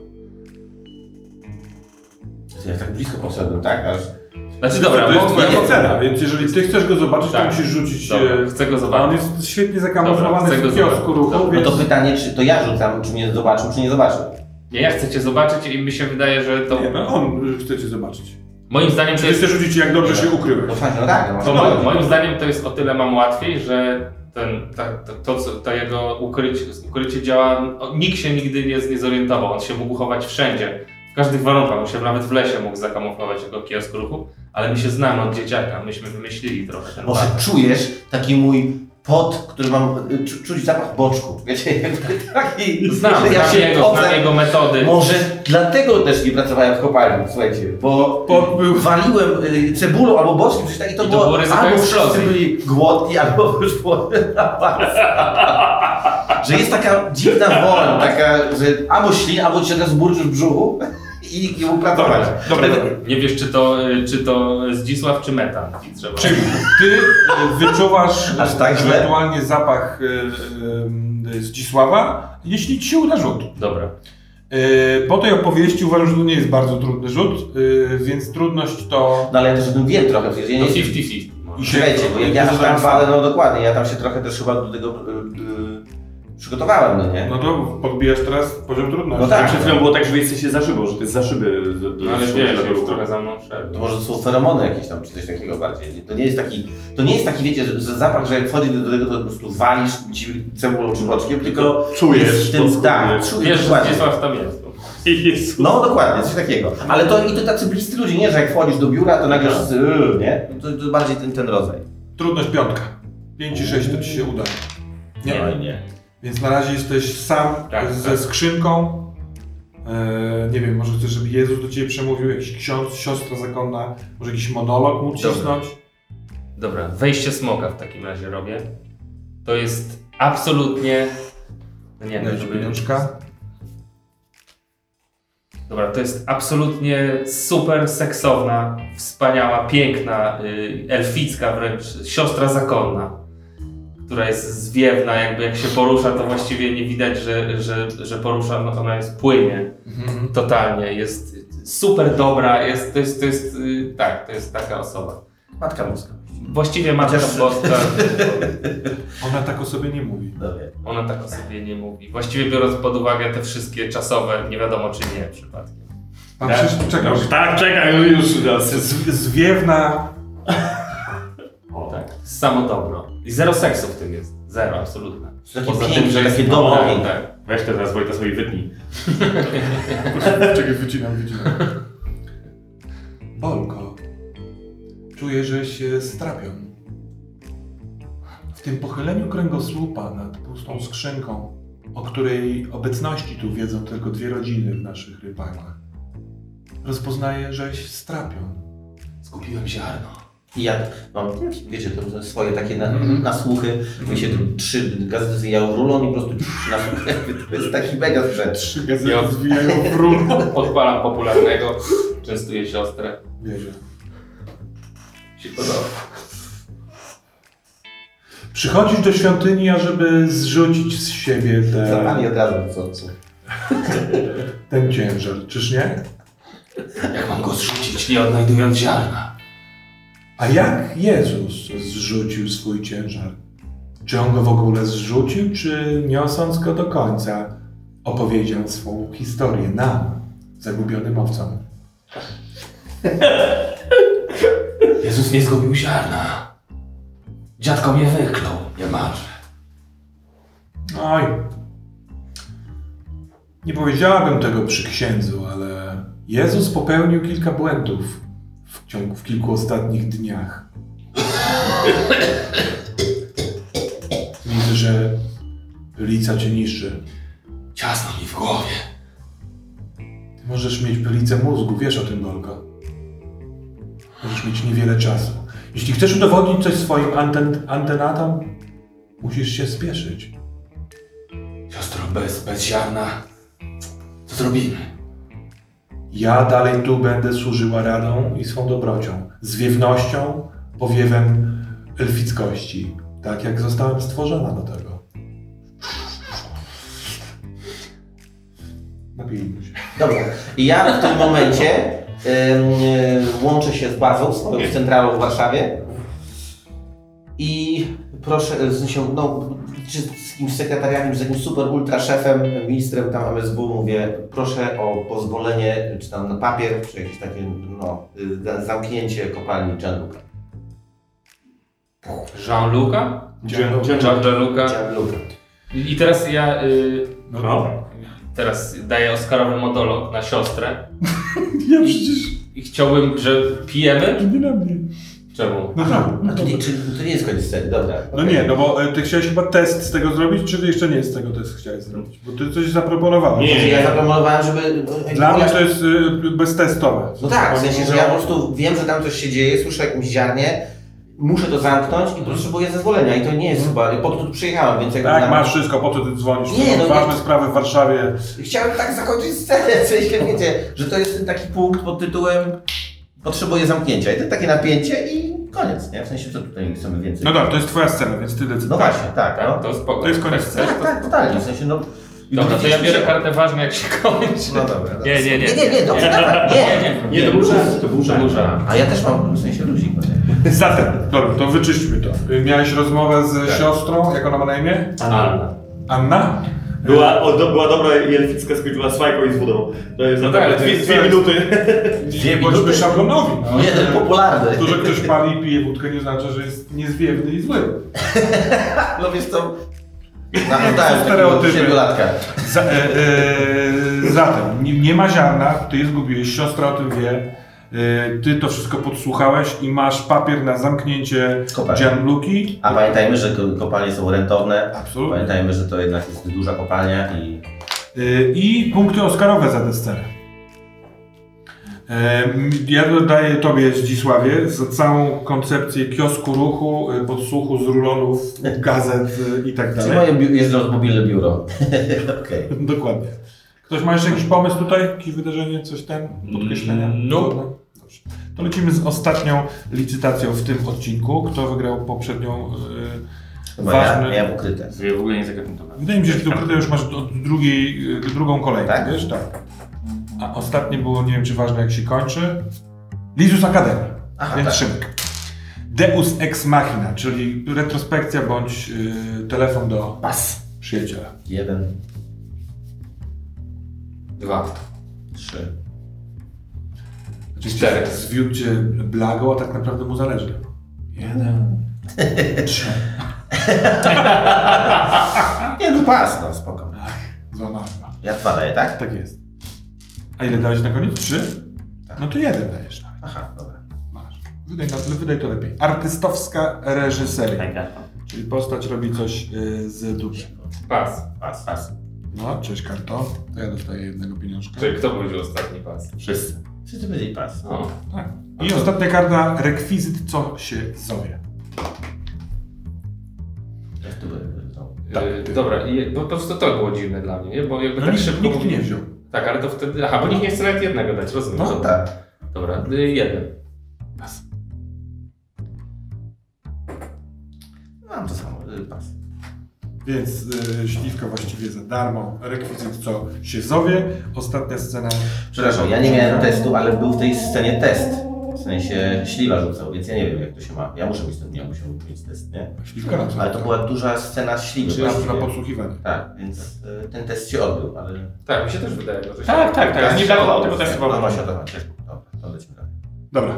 Ja tak blisko poszedłem, tak? Aż... Znaczy dobra, to jest bo- twoja cena, więc jeżeli ty chcesz go zobaczyć, Tak. to musisz rzucić... Dobra, chcę go A on zobaczyć. jest świetnie Dobra, zakamuflowany chcę go w kiosku zobaczyć. ruchu, Dobra. No więc... to pytanie, czy to ja rzucam, czy mnie zobaczył, czy nie zobaczył. Nie, ja chcę cię zobaczyć i mi się wydaje, że to... Nie, no on chce cię zobaczyć. Moim zdaniem to Czy jest... chcesz rzucić, jak dobrze się No ukryłeś? fajnie, no tak. To No, moim zdaniem to jest o tyle mam łatwiej, że to jego ukrycie działa, nikt się nigdy nie zorientował, on się mógł chować wszędzie, w każdych warunkach, on się nawet w lesie mógł zakamuflować jako kiosk ruchu, ale my się znamy od dzieciaka, myśmy wymyślili trochę ten Może patent. czujesz taki mój pot, który mam, czuć zapach boczku, wiecie, jakby taki... Znam że jego metody. Może dlatego też nie pracowałem w kopalni, słuchajcie, bo Pot był- waliłem cebulą albo boczkiem, coś takiego, I to było ryzyko albo eksplozji. wszyscy byli głodni, albo już było że jest taka dziwna woń, taka, że albo ślin, albo ci się od razu burczy w brzuchu i mógł pracować. Dobra. Nie wiesz, czy to Zdzisław, czy metan. I trzeba... Czyli ty wyczuwasz Aż tak źle? ewentualnie zapach Zdzisława, jeśli ci się uda rzut. Dobra. Po tej opowieści uważam, że to nie jest bardzo trudny rzut, więc trudność to... No ale ja też o tym wiem trochę, przecież ja No nie 50-50. I się- Słuchajcie, bo jak ja tam walę, no dokładnie, ja tam się trochę też chyba do tego przygotowałem, no nie? No to podbijasz teraz poziom trudności. No tak. Przed chwilą było tak, że wy jesteście za szybą, że to jest za szyby. No ale wiesz, już trochę za mną szedł. To może to są feromony jakieś tam, czy coś takiego bardziej. To nie jest taki, wiecie, że zapach, że jak wchodzi do tego, to po prostu walisz ci cebulą czy boczkiem, tylko czujesz, jest ten, podskórnie. tak, czujesz Wiesz, że dokładnie. Zdzisław tam jest. No dokładnie, coś takiego. Ale to i to tacy bliscy ludzie, nie, że jak wchodzisz do biura, to nagle wszyscy, nie? To bardziej ten rodzaj. Trudność 5. 5 i 6 to ci się uda. Nie. Więc na razie jesteś sam Tak, ze tak. skrzynką. Nie wiem, może chcesz, żeby Jezus do ciebie przemówił, jakiś ksiądz, siostra zakonna, może jakiś monolog mu cisnąć. Dobra, wejście smoka w takim razie robię. To jest absolutnie... No nie wiem, Dajcie pieniążka. Dobra, to jest absolutnie super seksowna, wspaniała, piękna, elficka wręcz siostra zakonna, która jest zwiewna, jakby jak się porusza, to właściwie nie widać, że porusza, no ona jest płynie totalnie, jest super dobra, to jest taka osoba. Matka Boska. Właściwie Matka Chociaż- Boska, Ona tak o sobie nie mówi. ona tak o sobie nie mówi. Właściwie biorąc pod uwagę te wszystkie czasowe, nie wiadomo czy nie przypadkiem. Pan przecież czekał. Tak, czekaj, już raz. Zwiewna. Tak, samo dobro. I zero seksu w tym jest. Zero, absolutne. Takie piękne, takie dobre, tak, piękne. tak. Weź to teraz Wojta sobie wytnij. Czekaj, wycinam. Bolko, czuję, że się strapią. W tym pochyleniu kręgosłupa nad pustą skrzynką, o której obecności tu wiedzą tylko 2 rodziny w naszych rypakach, rozpoznaję, żeś strapion. Zgubiłem ziarno. I ja mam, wiecie, to swoje takie na słuchy, mi się tu 3 gazety zwijają w rulon i po prostu na słuchy. To jest taki mega sprzęt. 3 gazety zwijają w rulon. Odpalam popularnego, częstuję siostrę. Wierzę. Się podoba. Przychodzisz do świątyni, ażeby zrzucić z siebie Zapali od razu, co? ten ciężar, czyż nie? Jak mam go zrzucić, nie odnajdując ziarna? A jak Jezus zrzucił swój ciężar? Czy on go w ogóle zrzucił, czy niosąc go do końca, opowiedział swą historię nam, zagubionym owcom. Jezus nie zgubił ziarna. Dziadko mnie wyklął, nie marzę. Oj, nie powiedziałabym tego przy księdzu, ale Jezus popełnił kilka błędów w kilku ostatnich dniach. Widzę, że pylica cię niszczy. Ciasno mi w głowie. Ty możesz mieć pylicę mózgu, wiesz o tym, Golgo. Możesz mieć niewiele czasu. Jeśli chcesz udowodnić coś swoim antenatom, musisz się spieszyć. Siostro, bez ziarna. Co zrobimy? Ja dalej tu będę służyła radą i swą dobrocią, zwiewnością, powiewem elfickości, tak jak zostałem stworzona do tego. Napijmy się. Dobra. I ja w tym momencie łączę się z bazą, z centralą w Warszawie i proszę, w sensie, no, czy z jakimś sekretariatem, czy z jakimś super ultra szefem, ministrem tam MSW mówię, proszę o pozwolenie, czy tam na papier, czy jakieś takie, no, zamknięcie kopalni Gianluca. Jean-Luca? Gianluca. I teraz ja teraz daję Oskarowy monolog na siostrę. Ja przecież... I chciałbym, że pijemy. Nie na mnie. Czemu? No tak. A to nie jest koniec sceny, dobra. No nie, no bo ty chciałeś chyba test z tego zrobić, czy ty jeszcze nie z tego test chciałeś zrobić? Bo ty coś zaproponowałeś. Znaczy, ja zaproponowałem, żeby... Dla mnie to jest beztestowe. No tak, w sensie, że ja po prostu wiem, że tam coś się dzieje, słyszę o jakimś ziarnie, muszę to zamknąć i potrzebuję zezwolenia i to nie jest chyba, po to tu przyjechałem, więc jakby... Tak, masz wszystko, po co ty dzwonisz? Nie, no ważne nie. sprawy w Warszawie. Chciałem tak zakończyć scenę, w sensie, wiecie, że to jest ten taki punkt pod tytułem potrzebuję zamknięcia i to takie napięcie i koniec, nie? W sensie, co tutaj chcemy więcej. No dobra, to jest twoja scena, więc ty decydujesz. No właśnie, tak, no. To spoko. To jest koniec sceny. Tak, totalnie, w sensie, no... Dobra, to ja biorę kartę ważną, jak się kończy. No dobra. Nie. Nie, dobrze, dawaj, nie. Nie, to był żart, to był żart. A ja też mam, w sensie, ludzik, no nie? Zatem, dobra, to wyczyśćmy to. Miałeś rozmowę z siostrą, jak ona ma na imię? Anna. Anna? Była dobra i elficka skończyła swajką i z wodą. To jest No naprawdę tak, ale to jest- dwie minuty. Nie bądźmy szablonowi. No. Jeden popularny. To, że ktoś pali i pije wódkę, nie znaczy, że jest niezwiewny i zły. No wiesz co... Naglądałem Stereotypy. takiego 7-latka. Zatem, nie ma ziarna, ty je zgubiłeś, siostra o tym wie. Ty to wszystko podsłuchałeś i masz papier na zamknięcie Kopalni. Gianluki. A pamiętajmy, że kopalnie są rentowne. Absolutnie. Pamiętajmy, że to jednak jest duża kopalnia i... I punkty Oscarowe za tę scenę. Ja dodaję Tobie, Zdzisławie, za całą koncepcję kiosku ruchu, podsłuchu z rulonów, gazet i tak Czyli dalej. moje jeżdżąc mobilne biuro. Okej. Dokładnie. Ktoś ma jeszcze jakiś pomysł tutaj? Jakieś wydarzenie, coś ten? Podkreślenia? No. Dobrze. To lecimy z ostatnią licytacją w tym odcinku. Kto wygrał poprzednią Chyba ja ważny... miałem ukryte. Ja w ogóle nie zagadnąłem. Wydaje mi się, że ty ukryte już masz od drugą kolejkę, Tak? wiesz? Tak. A ostatnie było, nie wiem czy ważne jak się kończy. Lizus Academy. Aha, Więc tak. Szymek. Deus Ex Machina, czyli retrospekcja bądź telefon do Pas. przyjaciela. 1, 2. 3. Oczywiście 4. zwiódł cię blagą, a tak naprawdę mu zależy. 1, 3. Nie, no pas, no spoko. Złamana. Ja 2 daję, tak? Tak jest. A ile dałeś na koniec? 3? No to 1 dajesz. nawet. Aha, dobra. Masz. Wydaj to lepiej. Artystowska reżyseria. Czyli postać robi coś z dupy. Pas. Pas. No, cześć karto. To ja dostaję jednego pieniążka. Czyli kto powiedział ostatni pas? Wszyscy. Wszyscy byli pas. O. Tak. I ostatnia karta, rekwizyt, co się zowie. Jak tu były? Tak, Dobra, i po prostu to było dziwne dla mnie, nie? Bo jakby No tak nikt, szybko nikt mówili- nie wziął. Tak, ale to wtedy... Aha, bo nikt nie chce nawet jednego dać, rozumiem. No Dobra. tak. Dobra, 1. Pas. Mam to samo, pas. Więc śliwka właściwie za darmo. Rekwizyt, co się zowie. Ostatnia scena. Przepraszam, ja nie miałem testu, ale był w tej scenie test. W sensie śliwa rzucał, więc ja nie wiem jak to się ma. Ja muszę mieć test, nie? Śliwka na co? Ale to była duża scena śliwy. Czy na właściwie. podsłuchiwanie. Tak, więc ten test się odbył, ale... Tak, mi się też wydaje, że się... Tak. Nie brakowało tego testu. No właśnie o to chodzi. To lecimy dalej. Dobra.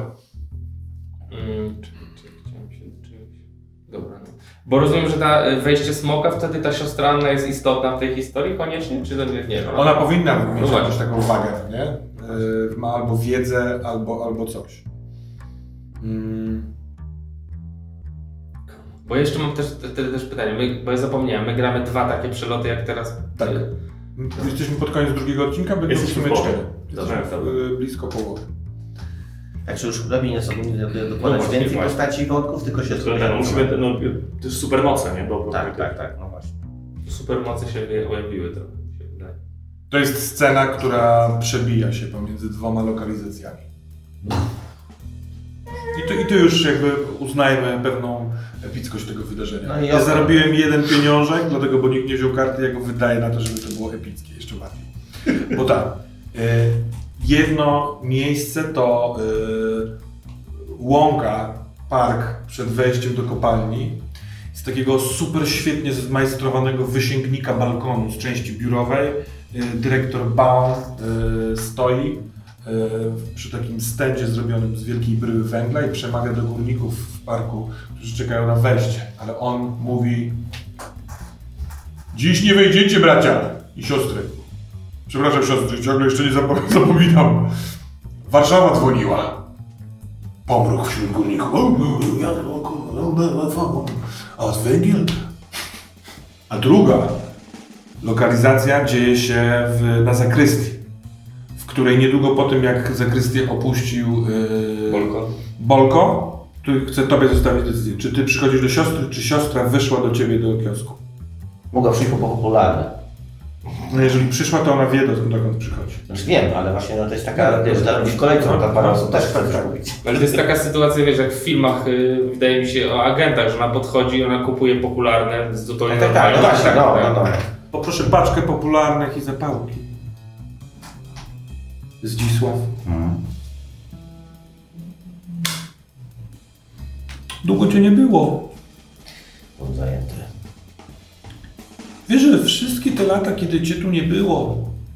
Dobra. No. Bo rozumiem, że wejście smoka wtedy ta siostra Anna jest istotna w tej historii koniecznie, czy to nie wiem? Ona powinna mieć No jakąś właśnie. taką wagę, nie? Ma albo wiedzę, albo coś. Bo jeszcze mam też pytanie, bo ja zapomniałem, my gramy 2 takie przeloty jak teraz. Tak. Jesteśmy pod koniec drugiego odcinka, będą w Jesteśmy sumie w 4. połowie. Jesteśmy blisko połowy. Także już lepiej nie sobie dokładać No właśnie, więcej właśnie. postaci i wątków, tylko się Musimy, to jest super moce, nie? Tak, no właśnie. Supermoce się pojawiły trochę, mi się wydaje. To jest scena, która przebija się pomiędzy 2 lokalizacjami. I tu już jakby uznajmy pewną epickość tego wydarzenia. No i Ja oto. zarobiłem 1 pieniążek, dlatego, bo nikt nie wziął karty, ja go wydaję na to, żeby to było epickie jeszcze bardziej. Bo tak, jedno miejsce to łąka, park przed wejściem do kopalni. Z takiego super świetnie zmajstrowanego wysięgnika balkonu z części biurowej dyrektor Baum stoi przy takim stędzie zrobionym z wielkiej bryły węgla i przemawia do górników w parku, którzy czekają na wejście. Ale on mówi: dziś nie wejdziecie, bracia i siostry. Przepraszam, siostry, ciągle jeszcze nie zapominam. Warszawa dzwoniła. Pomruk wśród górników. A z węgiel? A druga lokalizacja dzieje się na zakrystii, w której niedługo po tym, jak zakrystię opuścił Bolko, tu chcę tobie zostawić decyzję. Czy ty przychodzisz do siostry, czy siostra wyszła do ciebie do kiosku? Mogła przyjść po popularne. No jeżeli przyszła, to ona wie, dokąd przychodzi. Znaczy wiem, ale właśnie to jest taka, wiesz, dla ludzi w kolejce, bo tam parę osób też chce coś kupić. Ale to jest taka sytuacja, wiesz, jak w filmach, wydaje mi się, o agentach, że ona podchodzi i ona kupuje popularne z zupełnie Tak, no normalną- właśnie, no. Poproszę paczkę popularnych i zapałki. Zdzisław. Długo cię nie było. Był zajęty. Wiesz, że wszystkie te lata, kiedy cię tu nie było,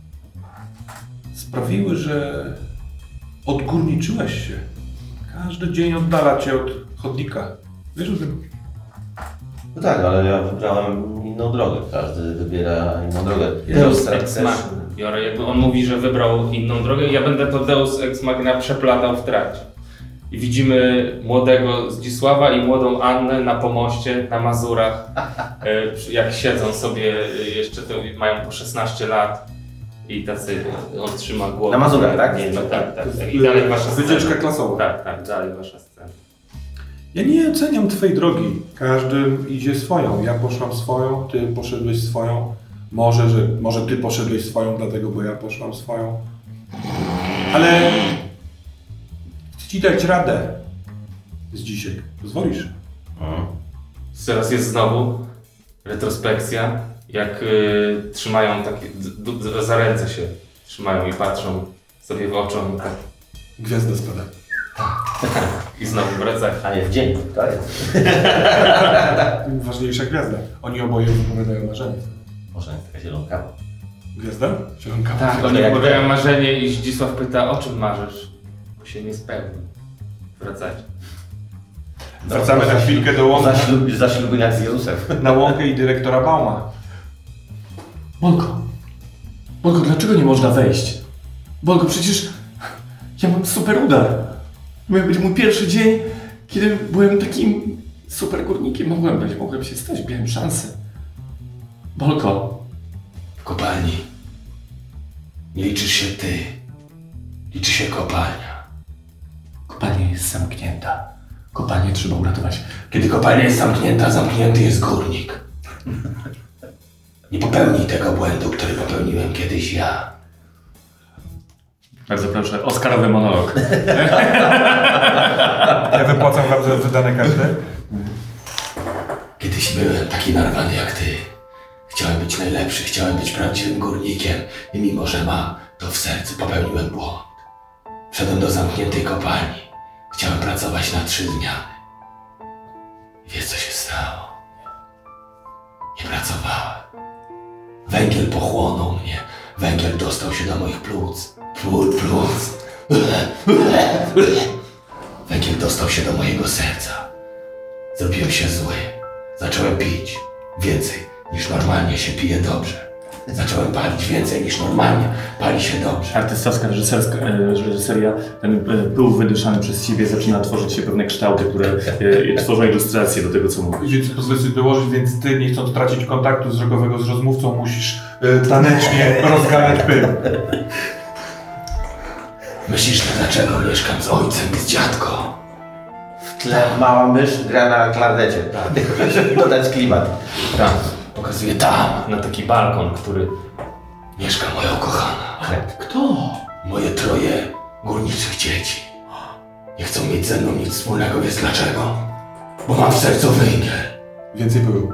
sprawiły, że odgórniczyłeś się. Każdy dzień oddala cię od chodnika. Wiesz o tym? No tak, ale ja wybrałem inną drogę. Każdy wybiera inną drogę. Deus Też- Ex Machina. Biorę, jakby on mówi, że wybrał inną drogę, ja będę to Deus Ex Machina przeplatał w trakcie. I widzimy młodego Zdzisława i młodą Annę na pomoście, na Mazurach, jak siedzą sobie, jeszcze to mają po 16 lat i tacy, on trzyma głowę. Na Mazurach, tak? Nie, no tak. I dalej wasza scena. Wycieczka klasowa. Tak, dalej wasza scena. Ja nie oceniam twojej drogi. Każdy idzie swoją. Ja poszłam swoją, ty poszedłeś swoją. Może ty poszedłeś swoją, dlatego, bo ja poszłam swoją. Ale chcę ci dać radę z dzisiaj. Pozwolisz? Teraz jest znowu retrospekcja, jak trzymają takie, za ręce się trzymają i patrzą sobie w oczy, tak, Gwiazda spada. i znowu wracają. A jest dzień, to jest. Ważniejsza gwiazda. Oni oboje wypowiadają marzenie. Może jest taka zielonka. Gwiazda? Zielonka. Tak, oni opowiadają marzenie i Zdzisław pyta, o czym marzysz? Bo się nie spełni. Wracajcie. Wracamy na chwilkę do łąki. Zaślubin jak z Jezusem. Na łąkę i dyrektora Bauma. Bolko, dlaczego nie można wejść? Bolko, przecież ja mam super udar. Miał być mój pierwszy dzień, kiedy byłem takim super górnikiem. Mogłem się stać, miałem szansę. Bolko, W kopalni nie liczysz się ty, liczy się kopalnia. kopalnia jest zamknięta. Kopalnię trzeba uratować. Kiedy kopalnia jest zamknięta, zamknięty jest górnik. Nie popełnij tego błędu, który popełniłem kiedyś ja. Bardzo proszę, Oscarowy monolog. Ja wypłacam wam za wydane karty. Kiedyś byłem taki narwany jak ty. Chciałem być najlepszy, chciałem być prawdziwym górnikiem i mimo, że mam to w sercu, popełniłem błąd. Wszedłem do zamkniętej kopalni. Chciałem pracować na 3 zmiany. Wiesz, co się stało? Nie pracowałem. Węgiel pochłonął mnie. Węgiel dostał się do moich płuc. Płuc. Węgiel dostał się do mojego serca. Zrobiłem się zły. Zacząłem pić więcej niż normalnie się pije dobrze. Zacząłem palić więcej niż normalnie pali się dobrze. Artystowska, reżyseria, ten pył wydyszany przez siebie zaczyna tworzyć się pewne kształty, które tworzą ilustracje do tego, co mówisz. Więc pozwolę sobie dołożyć, więc ty, nie chcąc tracić kontaktu wzrokowego z rozmówcą, musisz tanecznie rozganiać pył. Myślisz, dlaczego mieszkam z ojcem i z dziadką? W tle mała mysz gra na klarnecie, żeby dodać klimat. Tak, Pokazuję tam. na taki balkon, który... Mieszka moja ukochana. Kto? Moje 3 górniczych dzieci. Nie chcą mieć ze mną nic wspólnego, wiesz dlaczego? Bo mam w sercu węgiel. Więcej pyłu.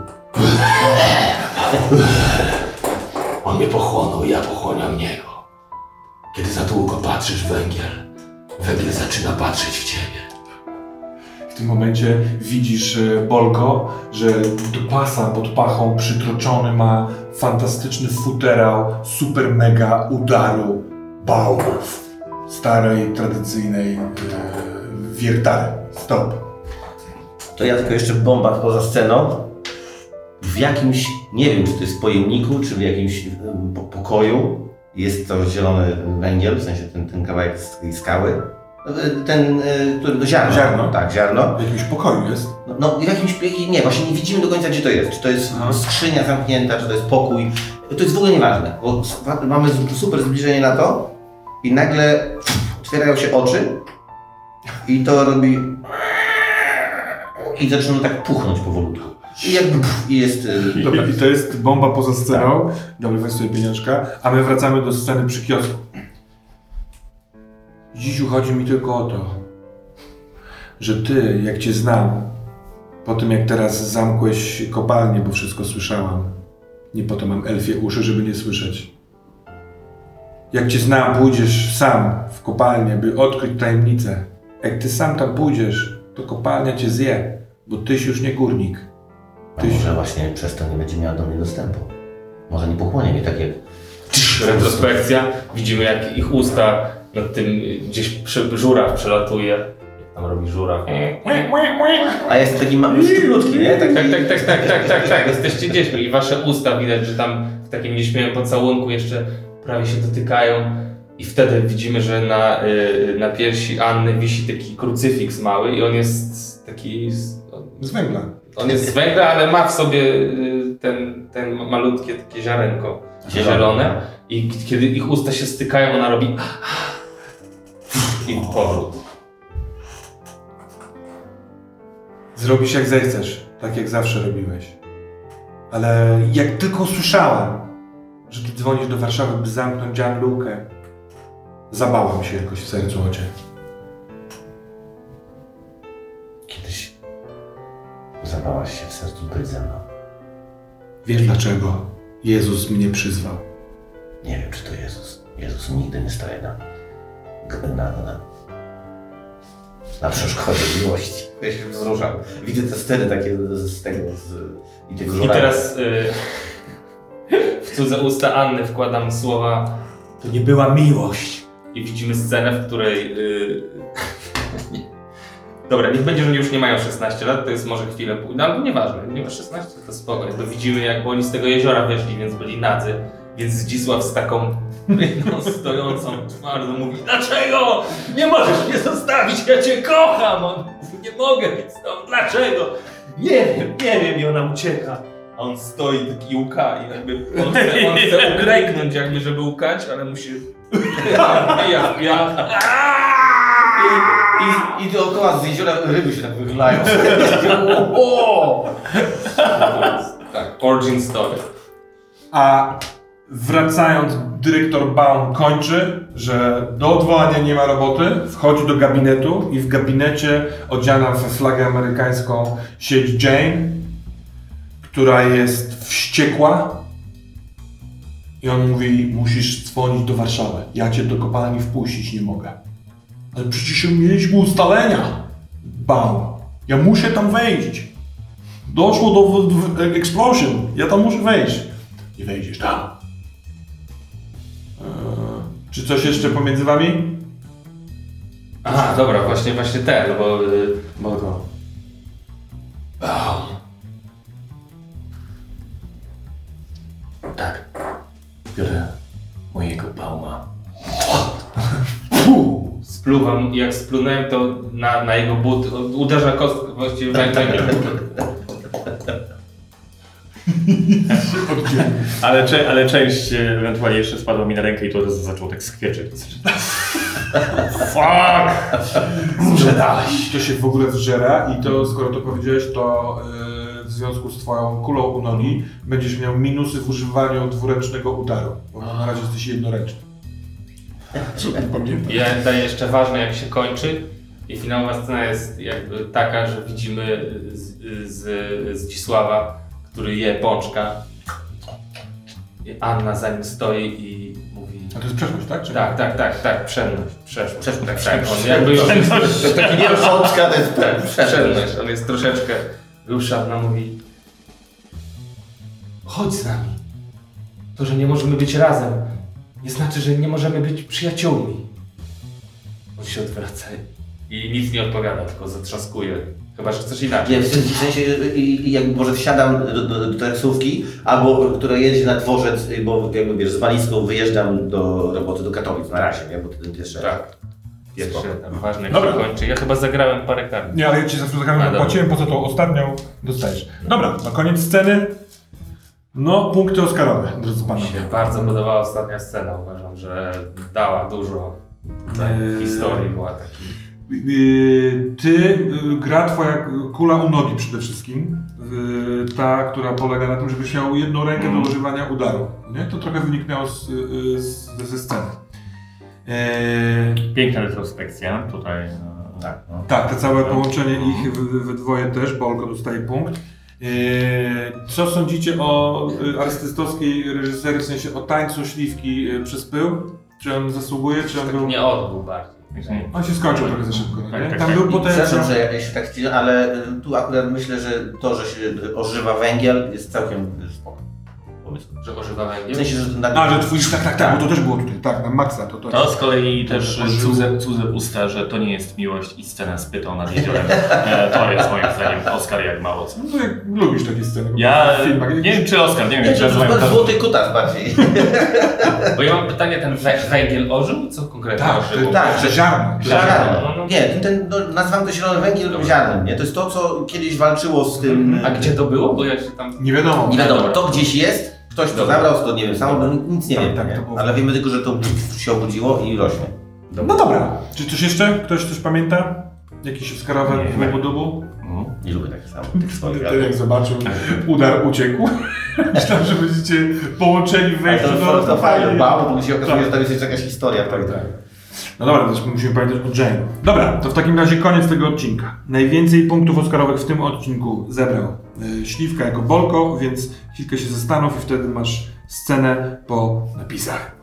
On mnie pochłonął, ja pochłaniam niego. Kiedy za długo patrzysz w węgiel zaczyna patrzeć w ciebie. W tym momencie widzisz Bolko, że do pasa pod pachą przytroczony ma fantastyczny futerał super mega udaru bałów starej, tradycyjnej wiertary. Stop. To ja tylko jeszcze bomba poza sceną. W jakimś, nie wiem czy to jest w pojemniku, czy w jakimś pokoju jest to zielony węgiel, w sensie ten kawałek z tej skały. Który ziarno. Ziarno? Tak, ziarno. W jakimś pokoju jest. No w jakimś, nie, właśnie nie widzimy do końca gdzie to jest. Czy to jest skrzynia zamknięta, czy to jest pokój. To jest w ogóle nieważne, bo mamy super zbliżenie na to i nagle otwierają się oczy i to robi i zaczyna tak puchnąć powolutku. I jakby i jest... Dobra, i to jest bomba poza sceną. Dobra, weź sobie pieniążka. A my wracamy do sceny przy kiosku. Dziś chodzi mi tylko o to, że ty, jak cię znam, po tym jak teraz zamkłeś kopalnię, bo wszystko słyszałam, nie po to mam elfie uszy, żeby nie słyszeć. Jak cię znam, pójdziesz sam w kopalnię, by odkryć tajemnicę. Jak ty sam tam pójdziesz, to kopalnia cię zje, bo tyś już nie górnik. A może właśnie przez to nie będzie miała do mnie dostępu. Może nie pochłonie mnie tak jak... Retrospekcja, widzimy jak ich usta nad tym gdzieś żuraw przelatuje. Jak tam robi żuraw. A jest taki szczuplutki, nie? Tak, jesteście dziećmi i wasze usta widać, że tam w takim nieśmiałym pocałunku jeszcze prawie się dotykają. I wtedy widzimy, że na piersi Anny wisi taki krucyfiks mały i on jest taki... Z węgla. On jest z węgla, ale ma w sobie ten malutkie takie ziarenko zielone. I kiedy ich usta się stykają, ona robi... I powrót. Zrobisz jak zechcesz, tak jak zawsze robiłeś. Ale jak tylko usłyszałam, że ty dzwonisz do Warszawy, by zamknąć Gianlukę, zabałam się jakoś w sercu o cię. Kiedyś zabałaś się w sercu być ze mną. Wiesz dlaczego Jezus mnie przyzwał? Nie wiem, czy to Jezus. Jezus nigdy nie staje na przeszkodzie miłości. Ja się wzruszam. Widzę te sceny takie z tego i tego I żurawa. teraz w cudze usta Anny wkładam słowa To nie była miłość. i widzimy scenę, w której... Dobra, niech będzie, że oni już nie mają 16 lat, to jest może chwilę... No albo nieważne, nie ma 16, to spoko. To widzimy, jak oni z tego jeziora weszli, więc byli nadzy. Więc Zdzisław z taką stojącą twarzą mówi: dlaczego? Nie możesz mnie zostawić, ja cię kocham! On mówi: nie mogę być z tobą, dlaczego? Nie wiem, i ona ucieka. A on stoi taki łka i jakby on chce uklęknąć jakby, żeby łkać, ale musi... I dookoła z jeziora ryby się tak wychylają. Tak, origin story. A wracając, dyrektor Baum kończy, że do odwołania nie ma roboty, wchodzi do gabinetu i w gabinecie odziana we flagę amerykańską siedzi Jane, która jest wściekła i on mówi: musisz dzwonić do Warszawy, ja cię do kopalni wpuścić nie mogę. Ale przecież mieliśmy ustalenia. Baum. Ja muszę tam wejść. Doszło do explosion. Ja tam muszę wejść. Nie wejdziesz tam. Czy coś jeszcze pomiędzy wami? Aha, dobra, właśnie ten, bo... Bolko. Baum. Tak. Biorę mojego Bauma. Spluwam, jak splunąłem, to na jego but uderza kostka właściwie węgiel. Ale część ewentualnie jeszcze spadła mi na rękę i to zaczął tak skwierczyć. Fuck! Sprzedałeś. To się w ogóle zżera i to, skoro to powiedziałeś, to w związku z twoją kulą u nogi będziesz miał minusy w używaniu dwuręcznego udaru, bo na razie jesteś jednoręczny. Ja daję jeszcze ważne, jak się kończy i finałowa scena jest jakby taka, że widzimy Zdzisława, który je pączka. I Anna za nim stoi i mówi... A to jest przeszłość, tak? Czy Tak, przeszłość. Tak, on jakby już Taki pierwszoczka to jest przeszłość. On jest troszeczkę rusza, Anna mówi: chodź z nami. To, że nie możemy być razem, nie znaczy, że nie możemy być przyjaciółmi. On się odwraca i nic nie odpowiada, tylko zatrzaskuje. Chyba, że coś inaczej. Nie, w sensie, jakby może wsiadam do taksówki, albo która jedzie na dworzec, bo jakby wiesz, z walizką wyjeżdżam do roboty do Katowic na razie, nie? Bo ten pierwszy. Tak. Pierwszy tam ważny, jak Dobra. się kończy. Ja chyba zagrałem parę kart. Nie, ale ja ci za chwilę płaciłem, po co tą ostatnią dostajesz. Dobra, na koniec sceny. No, punkty Oscarowe, drodzy Mi panowie. się bardzo podobała ostatnia scena. Uważam, że dała dużo historii, była taki. Gra twoja kula u nogi przede wszystkim, ta, która polega na tym, żebyś miał jedną rękę do używania udaru. Nie? To trochę wyniknęło ze sceny. Piękna retrospekcja tutaj. Tak, no. Tak, to całe połączenie ich we dwoje też, Bolko dostaje punkt. Co sądzicie o artystowskiej reżyserii, w sensie o tańcu śliwki przez pył? Czy on zasługuje, czy on był... Nie odbył bardziej. On się skończył trochę za szybko, no nie? Tak, Tam tak. był potencjał. Przepraszam, że ja się tak chwilę, ale tu akurat myślę, że to, że się ożywa węgiel jest całkiem spoko. Pomysł. Że ożywa W węgiel? sensie, że A, że twój... Tak, bo to też było tutaj, tak, na maksa. To z kolei też cudze usta, że to nie jest miłość i scena z pytą nad jeziorem. To jest moim zdaniem Oscar jak mało co. No jak lubisz takie sceny. Ja w filmach. nie wiem czy Oscar, nie wiem Nie, czy to jest mają złoty kutas bardziej. Bo ja mam pytanie, ten węgiel ożył? Co konkretnie Tak, ożył? tak, że ziarno. Ziarno. Nie, nazywam to zielony węgiel ziarnem, nie? To jest to, co kiedyś walczyło z tym... A gdzie to było? Bo ja się tam... Nie wiadomo. Nie wiadomo, to gdzieś jest, ktoś to zabrał, to nie wiem, sam nic nie wiem, Tak, nie? to było. Ale wiemy tylko, że to się obudziło i rośnie. No dobra. Czy coś jeszcze? Ktoś coś pamięta? Jakieś Oscarowe Nie. hubu-dubu? Nie lubię takich samych historii. Ten jak zobaczył, udar uciekł. Myślałem, że będziecie połączeni w Ale wejściu to fajnie, bo się okazuje, Tak. że tam jest jeszcze jakaś historia. Tak. No dobra, też musimy pamiętać o Jane. Dobra, to w takim razie koniec tego odcinka. Najwięcej punktów Oscarowych w tym odcinku zebrał Śliwka jako Bolko, więc chwilkę się zastanów i wtedy masz scenę po napisach.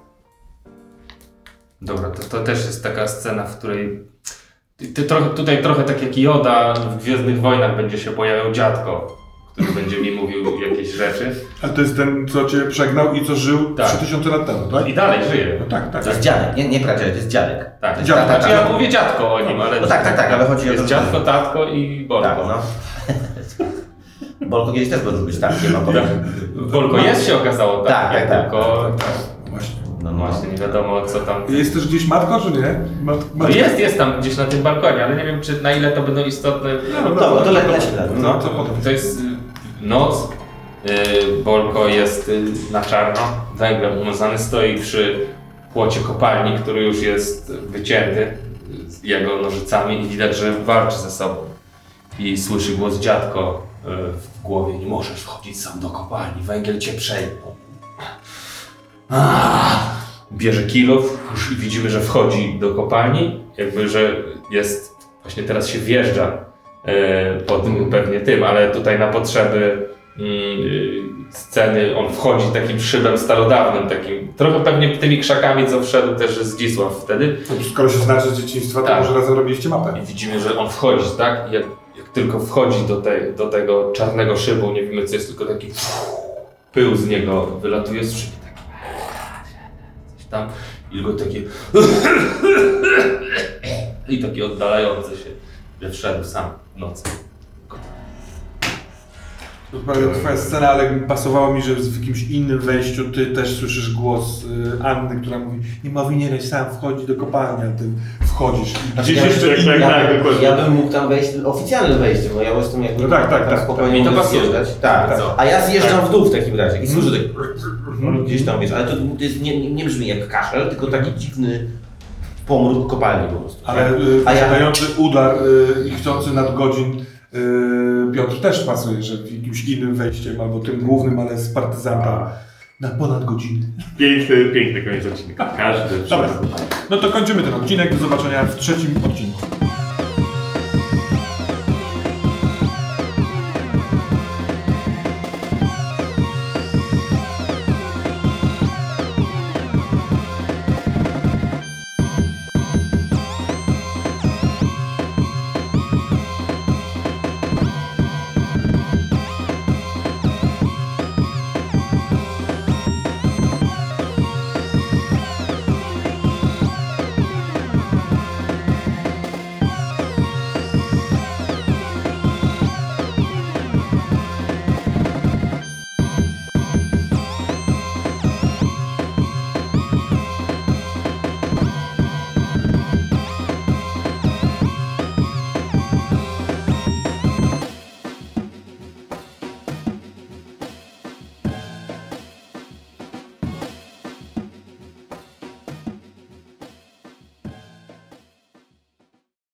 Dobra, to też jest taka scena, w której tutaj trochę tak jak Yoda w Gwiezdnych Wojnach będzie się pojawiał dziadko, który będzie mi mówił jakieś rzeczy. A to jest ten, co cię przegnał i co żył Tak. 3000 lat temu, tak? I dalej żyje. No tak. To jest dziadek, nie pradziadek, to jest dziadek. Tak, To jest dziadek. Znaczy ja mówię dziadko o nim, ale... No tak, ale chodzi o Jest to, że- dziadko, tatko i Bolko. Tak, no. Bolko kiedyś też może być tak, nie ma powiem. Bolko jest się okazało tak, Tak, tak, tylko Właśnie. No, właśnie nie wiadomo co tam... Jest też gdzieś matko, czy nie? No jest tam gdzieś na tym balkonie, ale nie wiem czy na ile to będą istotne. Dobra, to leci. No, co potem? To jest noc, Bolko jest na czarno, węglem umazany, stoi przy płocie kopalni, który już jest wycięty z jego nożycami i widać, że walczy ze sobą. I słyszy głos dziadko w głowie: nie możesz wchodzić sam do kopalni, węgiel cię przejmie. Bierze kilof i widzimy, że wchodzi do kopalni, jakby, że jest, właśnie teraz się wjeżdża po tym pewnie tym, ale tutaj na potrzeby sceny, on wchodzi takim szybem starodawnym, takim, trochę pewnie tymi krzakami, co wszedł też Zdzisław wtedy. Skoro się znaczy z dzieciństwa, to Tak. może razem robiliście mapę. I widzimy, że on wchodzi, tak? I jak tylko wchodzi do tego czarnego szybu, nie wiemy co jest, tylko taki pył z niego wylatuje z szyby, tak coś tam i tylko takie i takie oddalające się, że wszedł sam w nocy. To prawda twoja scena, ale pasowało mi, że w jakimś innym wejściu ty też słyszysz głos Anny, która mówi: nie powinieneś sam wchodzić do kopalni, a ty wchodzisz. I gdzieś jeszcze inny. Ja bym mógł tam wejść, oficjalne wejście, bo ja jestem jakby No tak, tam spokojnie I to mogę pasuje. zjeżdżać. Tak, Co? a ja zjeżdżam w dół w takim razie i słyszę tak gdzieś tam, wiesz, ale to jest, nie brzmi jak kaszel, tylko taki dziwny pomruk kopalni po prostu. Ale A ja- posiadający udar i chcący nadgodzin Piotr też pasuje, że w jakimś innym wejściem, albo tym głównym, ale z partyzanta na ponad godzinę. Piękny koniec odcinka. Każdy. Dobra, no to kończymy ten odcinek. Do zobaczenia w 3. odcinku.